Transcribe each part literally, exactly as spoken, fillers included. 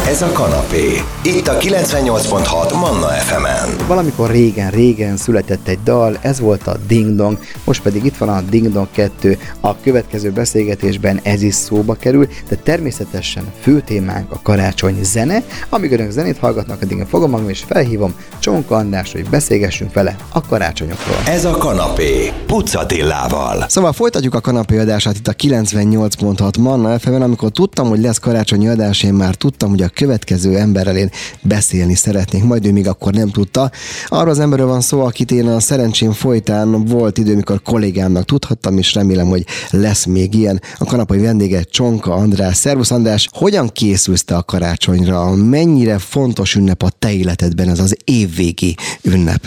Ez a kanapé. Itt a kilencvennyolc pont hat Manna ef emen. Valamikor régen-régen született egy dal, ez volt a Ding Dong, most pedig itt van a Ding Dong kettő. A következő beszélgetésben ez is szóba kerül, de természetesen fő témánk a karácsony zene. Amíg önök zenét hallgatnak, addig én fogom magam és felhívom Csonka Andrást, hogy beszélgessünk vele a karácsonyokról. Ez a kanapé Puc Attilával. Szóval folytatjuk a kanapé adását itt a kilencvennyolc pont hat Manna ef emen. Amikor tudtam, hogy lesz karácsonyi adás, én már tudtam, hogy a következő emberrel én beszélni szeretnék, majd ő még akkor nem tudta. Arról az emberről van szó, akit én a szerencsém folytán volt idő, mikor kollégámnak tudhattam, és remélem, hogy lesz még ilyen. A kanapé vendége Csonka András. Szervusz András, hogyan készülsz te a karácsonyra? Mennyire fontos ünnep a te életedben ez az évvégi ünnep?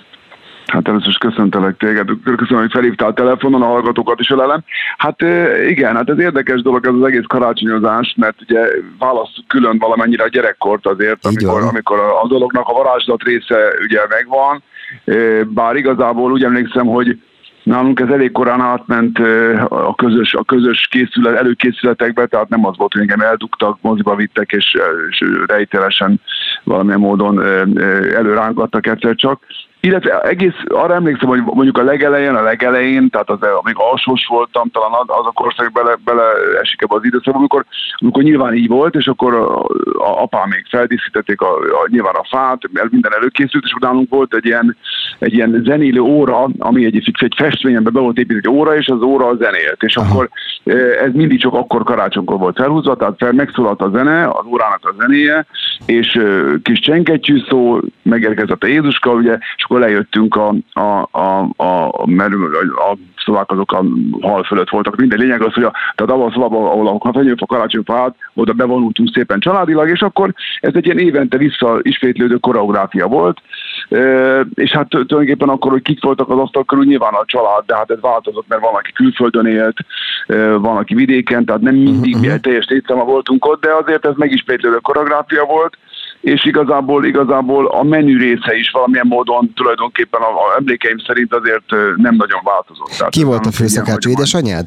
Hát először is köszöntelek téged, köszönöm, hogy felhívtál telefonon, a hallgatókat is ölelem. Hát igen, hát ez érdekes dolog ez az egész karácsonyozás, mert ugye választjuk külön valamennyire a gyerekkort azért, amikor, amikor a dolognak a varázslat része ugye megvan, bár igazából úgy emlékszem, hogy nálunk ez elég korán átment a közös, a közös készület, előkészületekbe, tehát nem az volt, hogy engem eldugtak, moziba vittek, és, és rejtelesen valamilyen módon előrángattak egyszer csak. Illetve egész arra emlékszem, hogy mondjuk a legelején, a legelején, tehát az, amíg alsós voltam, talán az a korszak bele, bele esik ebbe az időszakba, amikor, amikor nyilván így volt, és akkor a, a apám még feldíszítették a, a, nyilván a fát, minden előkészült, és nálunk volt egy ilyen, egy ilyen zenélő óra, ami egy, egy festményemben be volt építve egy óra, és az óra zenélt. És Aha. akkor ez mindig csak akkor karácsonykor volt felhúzva, tehát fel megszólalt a zene, az órának a zenéje, és kis csengettyű szó, megérkezett a Jézuska, ugye, és akkor lejöttünk a, a, a, a, mert a szlovák azok a hal fölött voltak. Minden lényeg az, hogy a, tehát abban a szobában, ahol a fenyőfa, karácsonyfa állt, oda bevonultunk szépen családilag, és akkor ez egy ilyen évente visszaismétlődő koreográfia volt, e, és hát tulajdonképpen akkor, hogy kik voltak az asztal körül, nyilván a család, de hát ez változott, mert van, aki külföldön élt, e, van, aki vidéken, tehát nem mindig uh-huh. teljes létszámmal voltunk ott, de azért ez megismétlődő koreográfia volt, és igazából, igazából a menü része is valamilyen módon tulajdonképpen a, a emlékeim szerint azért nem nagyon változott. Tehát ki volt a főszakács, édesanyád?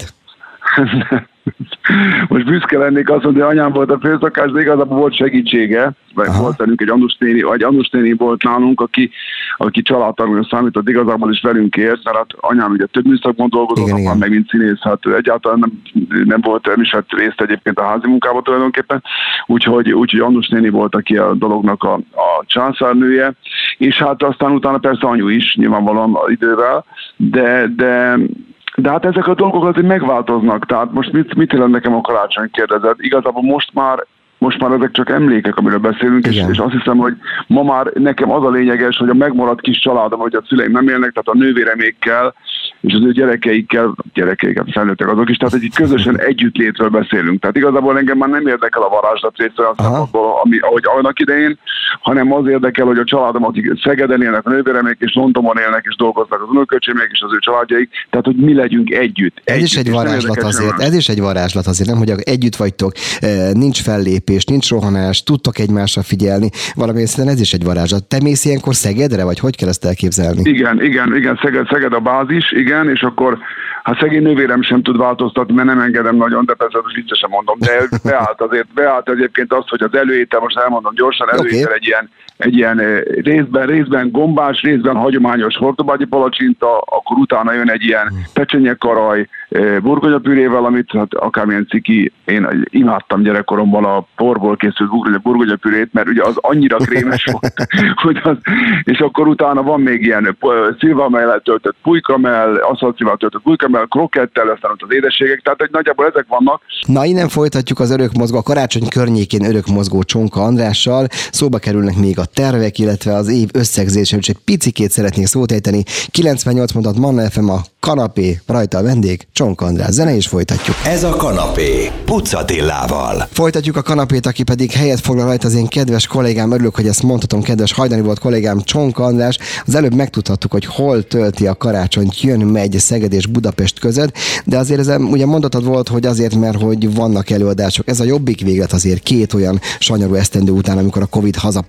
Most büszke lennék azt mondani, hogy anyám volt a főszakács, de igazából volt segítsége. Aha. Volt velünk egy Andus néni, vagy Andus néni volt nálunk, aki, aki családtagnak számított, igazából is velünk ért, mert hát anyám ugye több műszakban dolgozott, igen, igen. meg mint színész, hát egyáltalán nem, nem volt, nem is vett részt egyébként a házi munkában tulajdonképpen, úgyhogy, úgyhogy Andus néni volt, aki a dolognak a, a császárnője, és hát aztán utána persze anyu is, nyilvánvalóan idővel, de, de De hát ezek a dolgok azért megváltoznak, tehát most mit, mit jelent nekem a karácsony, kérdezed? Igazából most már, most már ezek csak emlékek, amiről beszélünk, és, és azt hiszem, hogy ma már nekem az a lényeges, hogy a megmaradt kis családom, hogy a szüleim nem élnek, tehát a nővéremékkel, és az ő gyerekeikkel, gyerekeikkel, felnőttek azok is, tehát egy közösen együttlétről beszélünk. Tehát igazából engem már nem érdekel a varázslat része, ami, ahogy annak idején, hanem az érdekel, hogy a családom, akik Szegeden élnek, a nővéremék, és Londonban élnek, és dolgoznak az unoköcsémek, és az ő családjaik, tehát hogy mi legyünk együtt. Ez együtt. is egy varázslat azért, ez is egy varázslat azért, nem, hogy együtt vagytok, nincs fellépés, nincs rohanás, tudtok egymásra figyelni, valamilyen szinten ez is egy varázslat. Te mész ilyenkor Szegedre, vagy hogy kell ezt elképzelni? Igen, igen, igen, Szeged, Szeged a bázis, igen, és akkor hát szegény nővérem sem tud változtatni, mert nem engedem nagyon, de persze most viccesen mondom, de beállt azért, beállt egyébként azt, hogy az előétel, most elmondom gyorsan, előétel okay. egy ilyen, egy ilyen részben, részben gombás, részben hagyományos hortobágyi palacsinta, akkor utána jön egy ilyen pecsenyekaraj, burgonyapürével, amit hát akármilyen ciki, én imádtam gyerekkoromban a porból készült burgonyapürét, mert ugye az annyira krémes volt, hogy az, és akkor utána van még ilyen szilvamellel töltött pulykamell, aszaltszilvával töltött pulykamell, krokettel, aztán ott az édességek, tehát egy nagyjából ezek vannak. Na, innen folytatjuk az örökmozgó, a karácsony környékén örökmozgó Csonka Andrással, szóba kerülnek még a tervek, illetve az év összegzése, úgyhogy egy picikét szeretnék szót ejteni. kilencvennyolc pont hat Manna ef em, a kanapé, rajta a vendég, Csonka András. Zene, és folytatjuk. Ez a kanapé Puc Attilával. Folytatjuk a kanapét, aki pedig helyet foglal rajta, az én kedves kollégám, örülök, hogy ezt mondhatom, kedves hajdani volt kollégám, Csonka András. Az előbb megtudhattuk, hogy hol tölti a karácsonyt, jön, megy Szeged és Budapest között, de azért ez ugye mondatod volt, hogy azért, mert hogy vannak előadások. Ez a jobbik véglet azért két olyan sanyarú esztendő után, amikor a Covid hazaparancsolt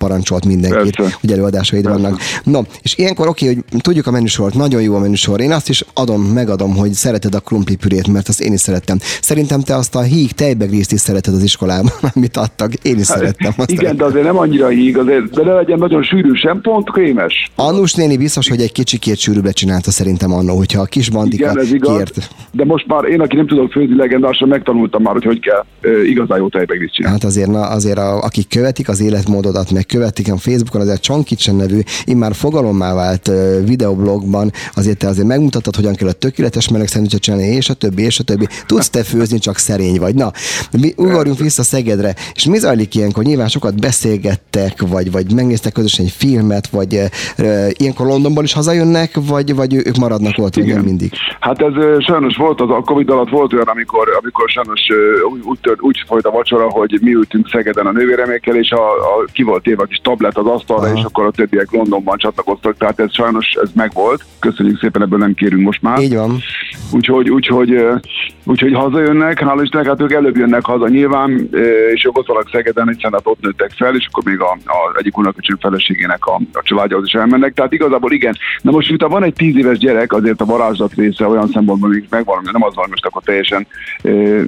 mindenkit, Persze. hogy előadásaid Persze. vannak. No, és ilyenkor oké, okay, hogy tudjuk a menüsort, nagyon jó a menüsor. Én azt is adom, megadom, hogy szereted a krumplipürét, mert azt én is szerettem. Szerintem te azt a híg tejbegrészt is szereted az iskolában, amit adtak. Én is szerettem. Azt igen, de azért nem annyira híg, azért, de ne legyen nagyon sűrű sem, pont krémes. Annus néni biztos, hogy egy kicsikét sűrűbbre csinálta szerintem annó, hogyha a kis bandika kért. De most már én, aki nem tudok főzni legendásan, megtanultam már, hogy hogy kell e, igazán jó tejbegrészt csinálni. Hát azért, na, azért a, akik követik az életmódodat, meg követik a Facebookon, azért Csong Kitchen nevű, immár fogalommá vált uh, videoblogban, azért te azért megmutattad, hogyan kell a tökéletes meleg szendvicset csinálni, és a többi, és a többi. Tudsz te főzni, csak szerény vagy. Na, mi ugorjunk vissza Szegedre, és mi zajlik ilyenkor? Nyilván sokat beszélgettek, vagy, vagy megnéztek közösen egy filmet, vagy uh, ilyenkor Londonból is hazajönnek, vagy, vagy ők maradnak ott, vagy nem mindig? Hát ez uh, sajnos volt, az a Covid alatt volt olyan, amikor, amikor sajnos uh, úgy, úgy, úgy folyt a vacsora, hogy mi ültünk Szegeden a nővéremékkel, és a, a, ki volt téve a kis tablet az asztalra, Aha. és akkor a többiek Londonban csatlakoztak, tehát ez sajnos ez megvolt. Köszönjük szépen, ebből nem kérünk most már. Így van. Úgyhogy, úgyhogy, úgyhogy hazajönnek, hála Istennek, hát ők előbb jönnek haza nyilván, és ők ott vannak Szegeden, hiszen hát ott nőttek fel, és akkor még a, a egyik unokaöcsém feleségének a, a családjához is elmennek. Tehát igazából igen. Na most, miután van egy tíz éves gyerek, azért a varázslat része olyan szempontból még megvan, nem az van, most akkor teljesen e, e,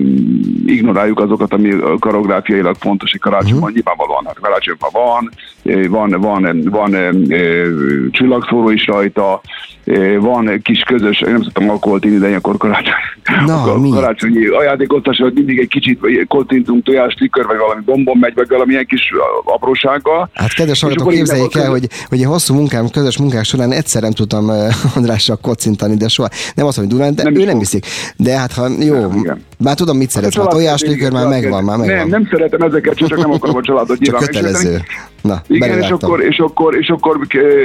ignoráljuk azokat, ami koreográfiailag fontos, hogy karácsonyban uh-huh. nyilvánvalóan, hát karácsonyban van, van, van, van, van e, csillagszóró is rajta, e, van kis közös, én nem szoktam alkoholt inni, de ilyenkor karácsony, no, karácsonyi ajándékoztas, hogy mindig egy kicsit koccintunk tojás, likör, vagy valami bombon megy, vagy valamilyen kis aprósággal. Hát kedves hallgatók, képzeljék el, hogy, hogy én hosszú munkám, közös munkák során egyszer nem tudtam Andrással kocintani, de soha. Nem azt mondom, hogy Dunán, de nem ő nem viszik. De hát ha jó, nem, már tudom, mit szeretsz, hát a tojás, likör már megvan, már megvan. Nem, nem szeretem ezeket, csak nem akarom a családot nyilván. Csak kötelező. Na, igen, és akkor, és, akkor, és akkor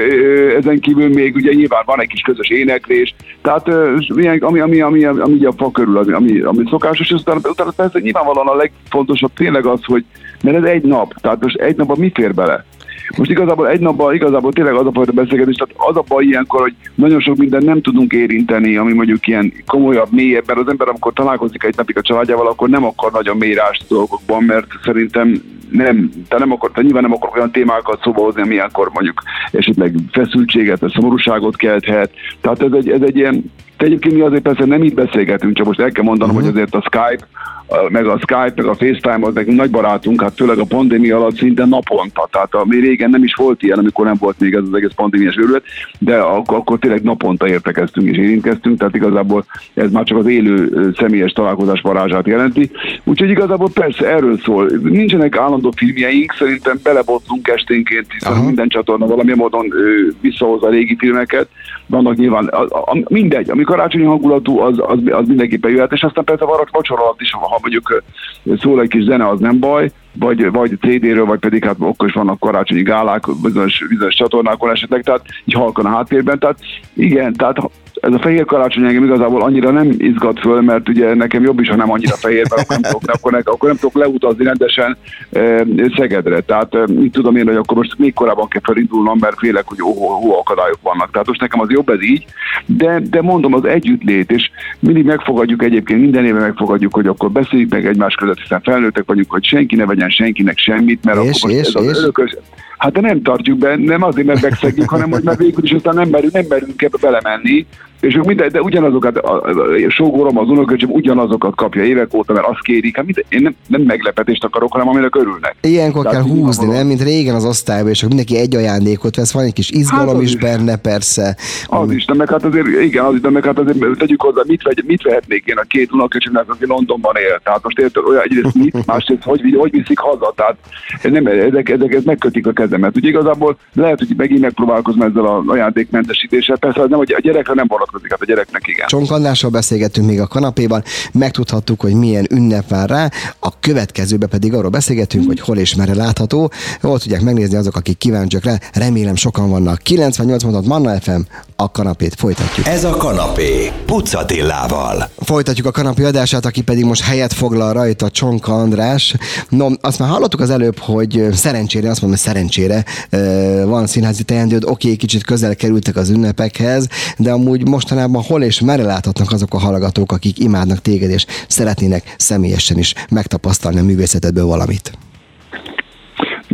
ezen kívül még ugye nyilván van egy kis közös éneklés, tehát ami, ami, ami, ami, ami a fa körül, ami, ami, ami szokásos, és utána, utána persze nyilvánvalóan a legfontosabb tényleg az, hogy mert ez egy nap, tehát most egy napban mi fér bele? Most igazából egy napban, igazából tényleg az a fajta beszélgetés, tehát az a baj ilyenkor, hogy nagyon sok mindent nem tudunk érinteni, ami mondjuk ilyen komolyabb, mélyebb, mert az ember, amikor találkozik egy napig a családjával, akkor nem akar nagyon mélyre dolgokban, mert szerintem nem, te nem akar, te nyilván nem akar olyan témákat szóba hozni, ami ilyenkor mondjuk esetleg feszültséget, vagy szomorúságot kelthet. Tehát ez egy, ez egy ilyen, te egyébként mi azért persze nem itt beszélgetünk, csak most el kell mondanom, uh-huh. hogy azért a Skype, meg a Skype, meg a FaceTime az nekünk nagy barátunk, hát főleg a pandémia alatt szinte naponta, tehát ami régen nem is volt ilyen, amikor nem volt még ez az egész pandémiás őrület, de akkor, akkor tényleg naponta értekeztünk és érintkeztünk, tehát igazából ez már csak az élő személyes találkozás varázsát jelenti. Úgyhogy igazából persze erről szól. Nincsenek állandó filmjeink, szerintem belebotlunk esténként, hiszen Aha. minden csatorna valamilyen módon visszahozza a régi filmeket. Vannak nyilván, a, a, mindegy, ami karácsonyi hangulatú, az, az, az mindenképpen jöhet, és aztán persze varat vacsora alatt is, ha mondjuk szól egy kis zene, az nem baj, vagy, vagy cé dé-ről, vagy pedig hát akkor is vannak karácsonyi gálák bizonyos, bizonyos csatornákon esetleg, tehát így halkan a háttérben, tehát igen, tehát ez a fehér karácsony engem igazából annyira nem izgat föl, mert ugye nekem jobb is, ha nem annyira fehér, mert akkor nem tudok, akkor, ne, akkor nem tudok leutazni rendesen e, Szegedre. Tehát e, mit tudom én, hogy akkor most még korábban kell felindulnom, mert félek, hogy ó, ó, ó, akadályok vannak. Tehát most nekem az jobb ez így, de, de mondom, az együttlét, és mindig megfogadjuk egyébként, minden éve megfogadjuk, hogy akkor beszéljük meg egymás között, hiszen felnőttek vagyunk, hogy senki ne vegyen senkinek semmit, mert és, akkor most és, ez és? az örökös... Hát de nem tartjuk be, nem azért, mert megszegjük, hanem hogy mert végül is aztán nem merünk, nem merünk ebbe belemenni, és ők minden, de ugyanazokat, a, a, a sógorom, az unoköcsém ugyanazokat kapja évek óta, mert azt kérik, hát minden, én nem, nem meglepetést akarok, hanem aminek örülnek. Ilyenkor Tehát kell húzni, nem? Mint régen az osztályban, és mindenki egy ajándékot vesz, van egy kis izgalom hát is, is benne, persze. Az is, de meg hát azért, igen, az is, de meg hát azért tegyük hozzá, mit, vegy, mit vehetnék én a két unoköcsémnek, aki Londonban él. Tehát most érted, olyan egyrészt mit, másrészt hogy, hogy viszik haza, tehát nem, ezek, ezek, ezek megkötik a kezemet. Ugye igazából lehet, hogy megint megpróbálkozom ezzel az ajándékmentesítéssel, persze az nem, hogy a gyerekre nem vonatkozik, hát a gyereknek igen. Csonk Andrással beszélgettünk még a kanapéban, megtudhattuk, hogy milyen ünnep vár rá, a következőben pedig arról beszélgetünk, hogy hol és merre látható. Jól tudják megnézni azok, akik kíváncsiak rá, remélem sokan vannak. kilencvennyolc pontot Manna ef em, a kanapét folytatjuk. Ez a kanapé, Puc Attilával. Folytatjuk a kanapé adását, aki pedig most helyet foglal rajta, Csonka András. No, azt már hallottuk az előbb, hogy szerencsére, azt mondom, hogy szerencsére van színházi teendőd, oké, kicsit közel kerültek az ünnepekhez, de amúgy mostanában hol és merre láthatnak azok a hallgatók, akik imádnak téged, és szeretnének személyesen is megtapasztalni a művészetedből valamit?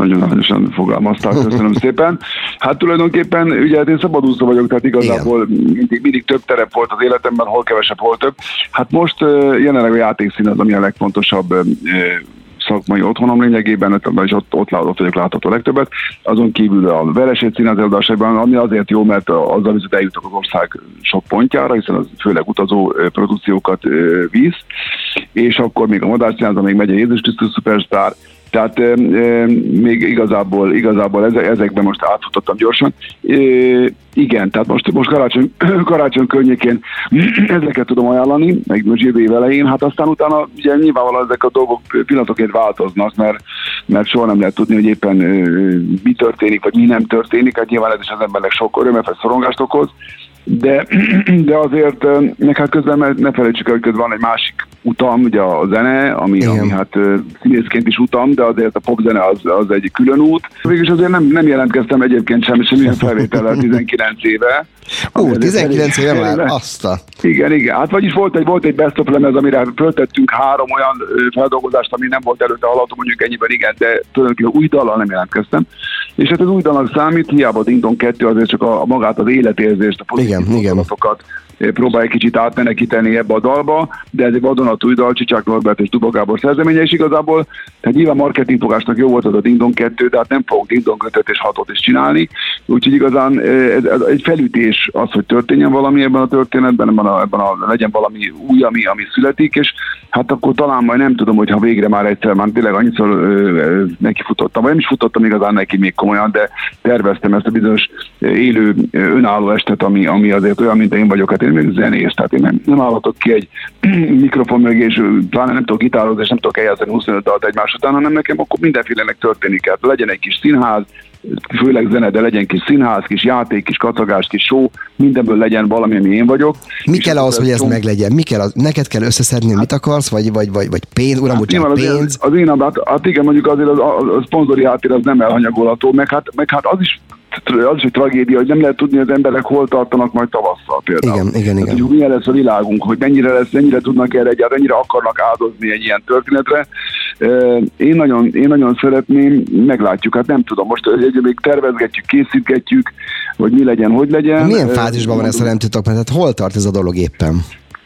nagyon aranyosan fogalmazták, köszönöm szépen. Hát tulajdonképpen ugye én szabadúszó vagyok, tehát igazából mindig, mindig több terep volt az életemben, hol kevesebb, hol több. Hát most jelenleg a játékszín az, ami a legfontosabb szakmai otthonom lényegében, és ott, ott, ott vagyok látható legtöbbet. Azon kívül a Veresét Színház előadásaiban, ami azért jó, mert azzal viszont eljutok az ország sok pontjára, hiszen az főleg utazó produkciókat visz, és akkor még a Madách Színház, még megy a Jézus Krisztus Szupersztár, tehát e, e, még igazából, igazából ezekben most átfutottam gyorsan. E, igen, tehát most, most karácsony, karácsony környékén ezeket tudom ajánlani, meg most jövő év elején, hát aztán utána ugye nyilvánvalóan ezek a dolgok pillanatoként változnak, mert, mert soha nem lehet tudni, hogy éppen e, mi történik, vagy mi nem történik, hát nyilván ez is az embernek sok örömet, vagy szorongást okoz. De, de azért, meg hát közben ne felejtsük el, hogy közben van egy másik utam, ugye a zene, ami, ami hát színészként is utam, de azért a popzene az, az egy külön út. Végülis azért nem, nem jelentkeztem egyébként sem, semmilyen felvétellel tizenkilenc éve. Ó, tizenkilenc éve már azt a... Igen, igen. Hát vagyis volt egy, volt egy best of lemez, amire föltettünk három olyan feldolgozást, ami nem volt előtte hallható, mondjuk ennyiben igen, de tulajdonképpen új dallal nem jelentkeztem. És hát az új dalnak számít, hiába Ding Dong kettő, azért csak a, a magát az életérzést, a pozitív gondolatokat próbálja kicsit átmenekíteni ebbe a dalba, de ez egy vadonatúj dal, Csicsák Norbert és Duba Gábor szerzeménye, és igazából tehát nyilván marketingfogásnak jó volt az a Ding Dong kettő, de hát nem fogok Ding Dong ötöt és hatot is csinálni, úgyhogy igazán ez, ez egy felütés az, hogy történjen valami ebben a történetben, ebben a, ebben a, legyen valami új, ami, ami születik, és hát akkor talán majd nem tudom, hogyha végre már egyszer, már tényleg annyiszor neki futottam, vagy nem is futottam igazán neki még komolyan, de terveztem ezt a bizonyos élő önálló estet, ami, ami azért olyan, mint én vagyok, hát én még zenész, tehát én nem, nem állhatok ki egy mikrofon mögé, és pláne nem tudok gitározni, és nem tudok eljátszani huszonöt dalt egymás után, hanem nekem akkor mindenfélenek történik. Hát legyen egy kis színház, főleg zene, de legyen kis színház, kis játék, kis kacagás, kis show, mindenből legyen valami, ami én vagyok. Mi kell ahhoz, hogy ez tom... meglegyen? Mi kell az? Neked kell összeszedni, hát, mit akarsz, vagy, vagy, vagy, vagy pénz, uram, hát, bocsánat, pénz? Az, az én, hát, hát igen, mondjuk azért az, a, a szponzori háttér az nem elhanyagolható, meg hát, meg hát az is az is egy tragédia, hogy nem lehet tudni, hogy az emberek hol tartanak majd tavasszal például. Igen, igen, igen. Hát, hogy milyen lesz a világunk, hogy mennyire lesz, mennyire tudnak erre egyáltalán, mennyire akarnak áldozni egy ilyen történetre. Én nagyon, én nagyon szeretném, meglátjuk, hát nem tudom, most egy, még tervezgetjük, készítgetjük, hogy mi legyen, hogy legyen. Milyen fázisban van ezt, ha nem tudtok, mert hát hol tart ez a dolog éppen?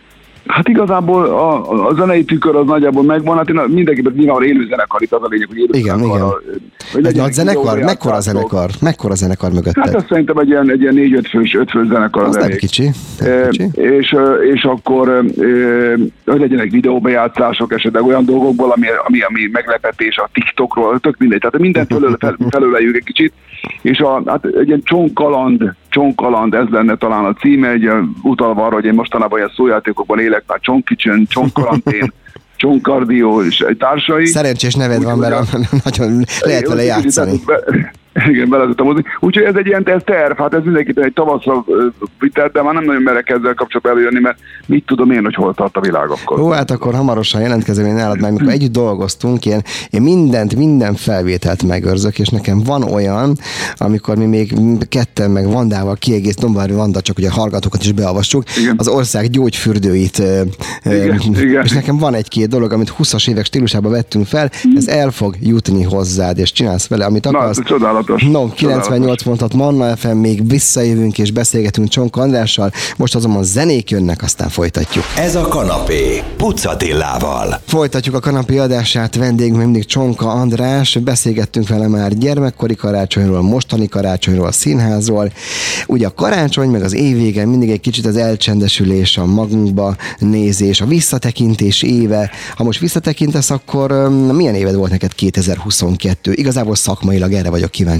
Hát igazából a, a zenei tükör az nagyjából megvan, hát én mindenképpen nyilván élő zenekar, itt az a lényeg, hogy élő igen, zenekar. Igen, egy nagy zenekar? Mekkora a zenekar? Mekkora a zenekar mögötted? Hát azt szerintem egy ilyen, egy ilyen négy-öt fős, öt fős zenekar az, az elég. Nem kicsi. Nem e, kicsi. És, és akkor, e, hogy legyenek videóbejátszások esetleg olyan dolgokból, ami, ami, ami meglepetés a TikTokról, tök mindegy, tehát mindent felől, fel, felöleljük egy kicsit, és a, hát egy ilyen csonkaland, csonkaland, ez lenne talán a címe, egy utalva arra, hogy én mostanában ilyen szójátékokban élek, már csonkicsen, csonkarantén, csonkardió és egy társai. Szerencsés neved van, mert nagyon lehet vele játszani. Igen, bele tudtam hozni. Úgyhogy ez egy ilyen ez terv, hát ez mindenképpen egy tavaszra vitelt, de már nem nagyon merek ezzel kapcsolatban előjönni, mert mit tudom én, hogy hol tart a világ akkor. Ó, hát akkor hamarosan jelentkezem én nálad, mert amikor együtt dolgoztunk, én, én mindent, minden felvételt megőrzök, és nekem van olyan, amikor mi még ketten meg Vandával kiegész, Dombári Vanda, csak ugye a hallgatókat is beavassuk, igen. Az ország gyógyfürdőit, igen, ö, igen. És nekem van egy-két dolog, amit huszas évek stílusában vettünk fel, ez el fog jutni hozzád, és csinálsz vele, amit akarsz. Na, No, kilencvennyolc pont hat Manna ef em, még visszajövünk és beszélgetünk Csonka Andrással, most azonban zenék jönnek, aztán folytatjuk. Ez a kanapé, Puc Attilával. Folytatjuk a kanapé adását, vendégünk mindig Csonka András, beszélgettünk vele már gyermekkori karácsonyról, mostani karácsonyról, színházról. Ugye a karácsony, meg az évvége mindig egy kicsit az elcsendesülés, a magunkba nézés, a visszatekintés éve. Ha most visszatekintesz, akkor milyen éved volt neked kétezer-huszonkettő? Igazából szakmailag erre vagyok kíváncsi.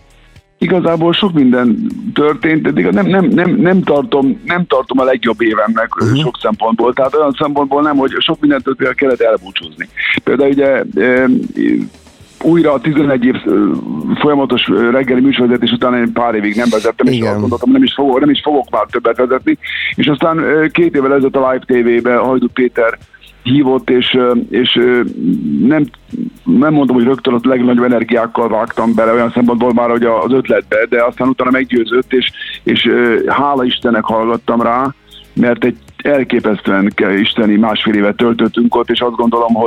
Igazából sok minden történt, de nem, nem, nem, nem, tartom, nem tartom a legjobb évemnek uh-huh. sok szempontból. Tehát olyan szempontból nem, hogy sok mindentől például kellett elbúcsúzni. Például ugye e, újra a tizenegy év folyamatos reggeli műsorvezetés után én pár évig nem vezettem, igen. És azt gondoltam, nem is, fogok, nem is fogok már többet vezetni. És aztán két évvel ezelőtt a Live té vébe Hajdú Péter hívott, és, és nem, nem mondom, hogy rögtön a legnagyobb energiákkal vágtam bele olyan szempontból már hogy az ötletbe, de aztán utána meggyőzött, és, és hála Istennek hallgattam rá, mert egy elképesztően isteni másfél évet töltöttünk ott, és azt gondolom, hogy,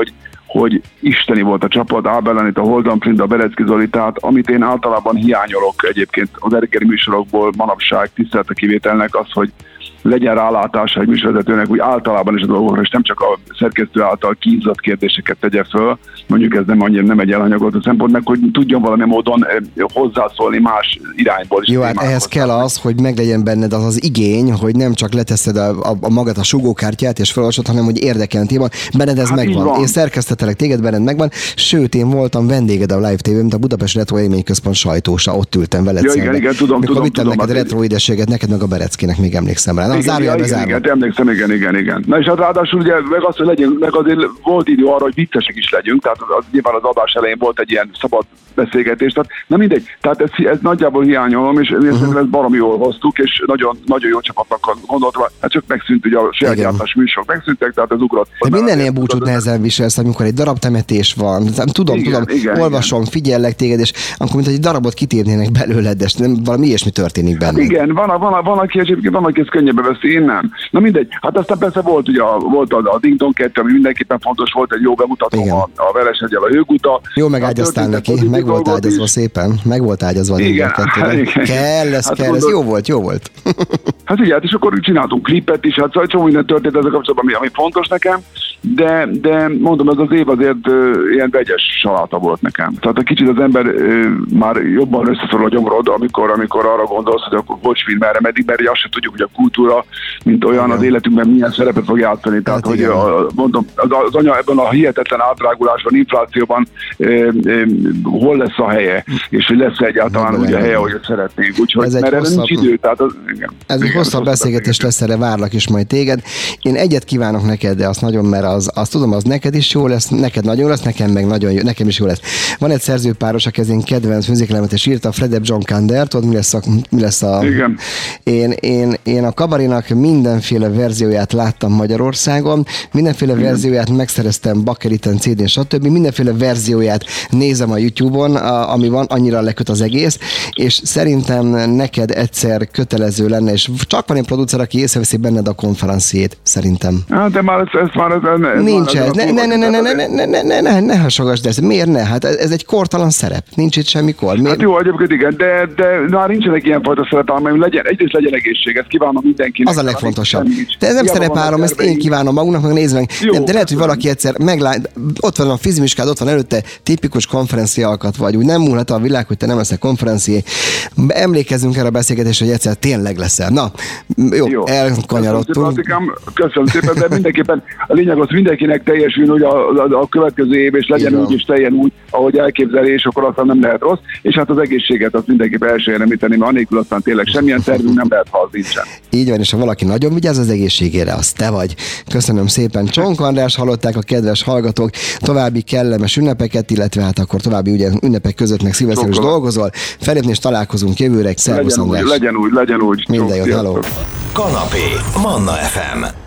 hogy isteni volt a csapat, Ábel Anita, Holdan Frinda, Berecki Zoli, tehát amit én általában hiányolok egyébként az reggeli műsorokból manapság tisztelte kivételnek az, hogy legyen rálátása egy műsorvezetőnek úgy általában is a dolgokra, és nem csak a szerkesztő által kínzott kérdéseket tegye föl, mondjuk ez nem annyira nem egy elhanyagolt a szempontnak, hogy tudjon valami módon hozzászólni más irányból is. Jó, hát ehhez kell az, hogy meglegyen benned az az igény, hogy nem csak leteszed a, a, a magad a sugókártyát és felolvasod, hanem hogy érdekel téma. Benned ez hát megvan. Van. Én szerkesztetelek téged, benned megvan. Sőt, én voltam vendéged a Live té vén, mint a Budapest Retro Élményközpont sajtósa, ott ültem veled ja, igen, igen, tudom, mikor tudom, vittem tudom, neked retro édességet, neked meg a Bereckinek, még emlékszem rá. Na, igen, igen, igen, igen, emlékszem, igen, igen, igen. Na és hát ráadásul ugye meg az, hogy legyünk, meg azért volt idő arra, hogy viccesek is legyünk, tehát az, nyilván az adás elején volt egy ilyen szabad beszélgetés, tehát nem mindegy, tehát ez, ez nagyjából hiányolom, és uh-huh. ezt baromi jól hoztuk, és nagyon, nagyon jó csapatnak gondoltam, hát csak megszűnt, ugye a saját gyártás műsorok megszűntek, tehát ez ugrott. De minden ilyen búcsút nehezen viselsz, amikor egy darab temetés van, tudom, igen, tudom, igen, olvasom, igen. Figyellek téged, és akkor mint egy darabot kitérnének belőled, de nem, valami ilyesmi történik benne. Igen, van, van, van, aki egyébként, van, aki ezt könnyebben veszi, én nem. Na mindegy, hát aztán persze volt ugye a, volt a, a Ding Dong kettő, ami mindenképpen fontos, volt egy jó bemutató a, a Veresegyel, a Hőguta. Jó megágyaztál neki, meg volt ágyazva szépen, meg volt ágyazva a Ding Dong kettőben. Kell, ez hát kell, ez jó volt, jó volt. Hát ugye, hát és akkor csináltunk klipet is, hát szóval csomó minden történt ezzel kapcsolatban, ami, ami fontos nekem, de, de mondom, ez az év azért uh, ilyen vegyes saláta volt nekem. Tehát egy kicsit az ember uh, már jobban összeszorul a gyomrod, amikor, amikor arra gondolsz, hogy akkor bocs, mint merre, meddig, mert azt sem tudjuk, hogy a kultúra, mint olyan igen. Az életünkben milyen szerepet fog játszani. Tehát, hát hogy a, mondom, az, az anya ebben a hihetetlen átdrágulásban, inflációban uh, uh, hol lesz a helye, és hogy lesz egyáltalán úgy a helye, hogy szeretnénk. Úgyhogy, mert erre nincs idő. Tehát az, igen, ez egy hosszabb beszélgetés lesz, erre várlak is majd téged. Én egyet kívánok neked, de azt nagyon, mert az, azt tudom, az neked is jó lesz, neked nagyon lesz, nekem meg nagyon jó, nekem is jó lesz. Van egy szerzőpáros, aki az én kedvenc műziklemet is írta, Fredep John Kander, tudod, mi lesz a... Mi lesz a igen. Én, én, én a Kabarinak mindenféle verzióját láttam Magyarországon, mindenféle igen. verzióját megszereztem Bakeliten, cé dén, stb. Mindenféle verzióját nézem a YouTube-on, a, ami van, annyira leköt az egész, és szerintem neked egyszer kötelező lenne, és csak van egy producer, aki észreveszi benned a konferenciét, szerintem. Hát de már ez, ez már... Ez, ez Nincs már ez, ne, ne, ne, ne, ne, ne, ne, ne, ne, ne, ne hasogasd ezt, miért ne? Hát ez egy kortalan szerep, nincs itt semmi kor. Miért? Hát jó, egyébként igen, de, de már nincsenek ilyenfajta szerepálom, legyen, egyrészt legyen egészség, ezt kívánom mindenkinek. Az a legfontosabb. De ez nem szerepálom, ezt én kívánom magunknak, meg nézd meg. Jó, nem, de lehet, hogy valaki egyszer meglát, ott van a fizimiskád, ott van előtte, tipikus konferencia alkat vagy, úgy nem múlhat a világ, hogy te nem leszel konferencié. Emlékezzünk erre a beszélgetésre, hogy egyszer tényleg leszel. Na, jó, jó. elkanyarodtunk. Köszönöm, Köszönöm szépen, de mindenképpen a lényeg az mindenkinek teljesül, hogy a, a, a következő év, és legyen igen. úgy, és teljen úgy, ahogy elképzeli, és akkor aztán nem lehet rossz, és hát az egészséget azt mindenképpen első helyen említeni, mert anélkül aztán tényleg semmilyen tervünk nem lehet, ha az nincsen. Így van, és ha valaki nagyon vigyáz az egészségére, az te vagy. Köszönöm szépen. Csonk András hallották a kedves hallgatók, további kellemes ünnepeket, illetve hát akkor további ugye ünnepek között meg szívesen is dolgozol. Felépni és találkozunk jövőre. Szervusz, legyen András. Úgy, legyen úgy, legyen úgy. Minden jót, halló. Kanapé, Manna ef em.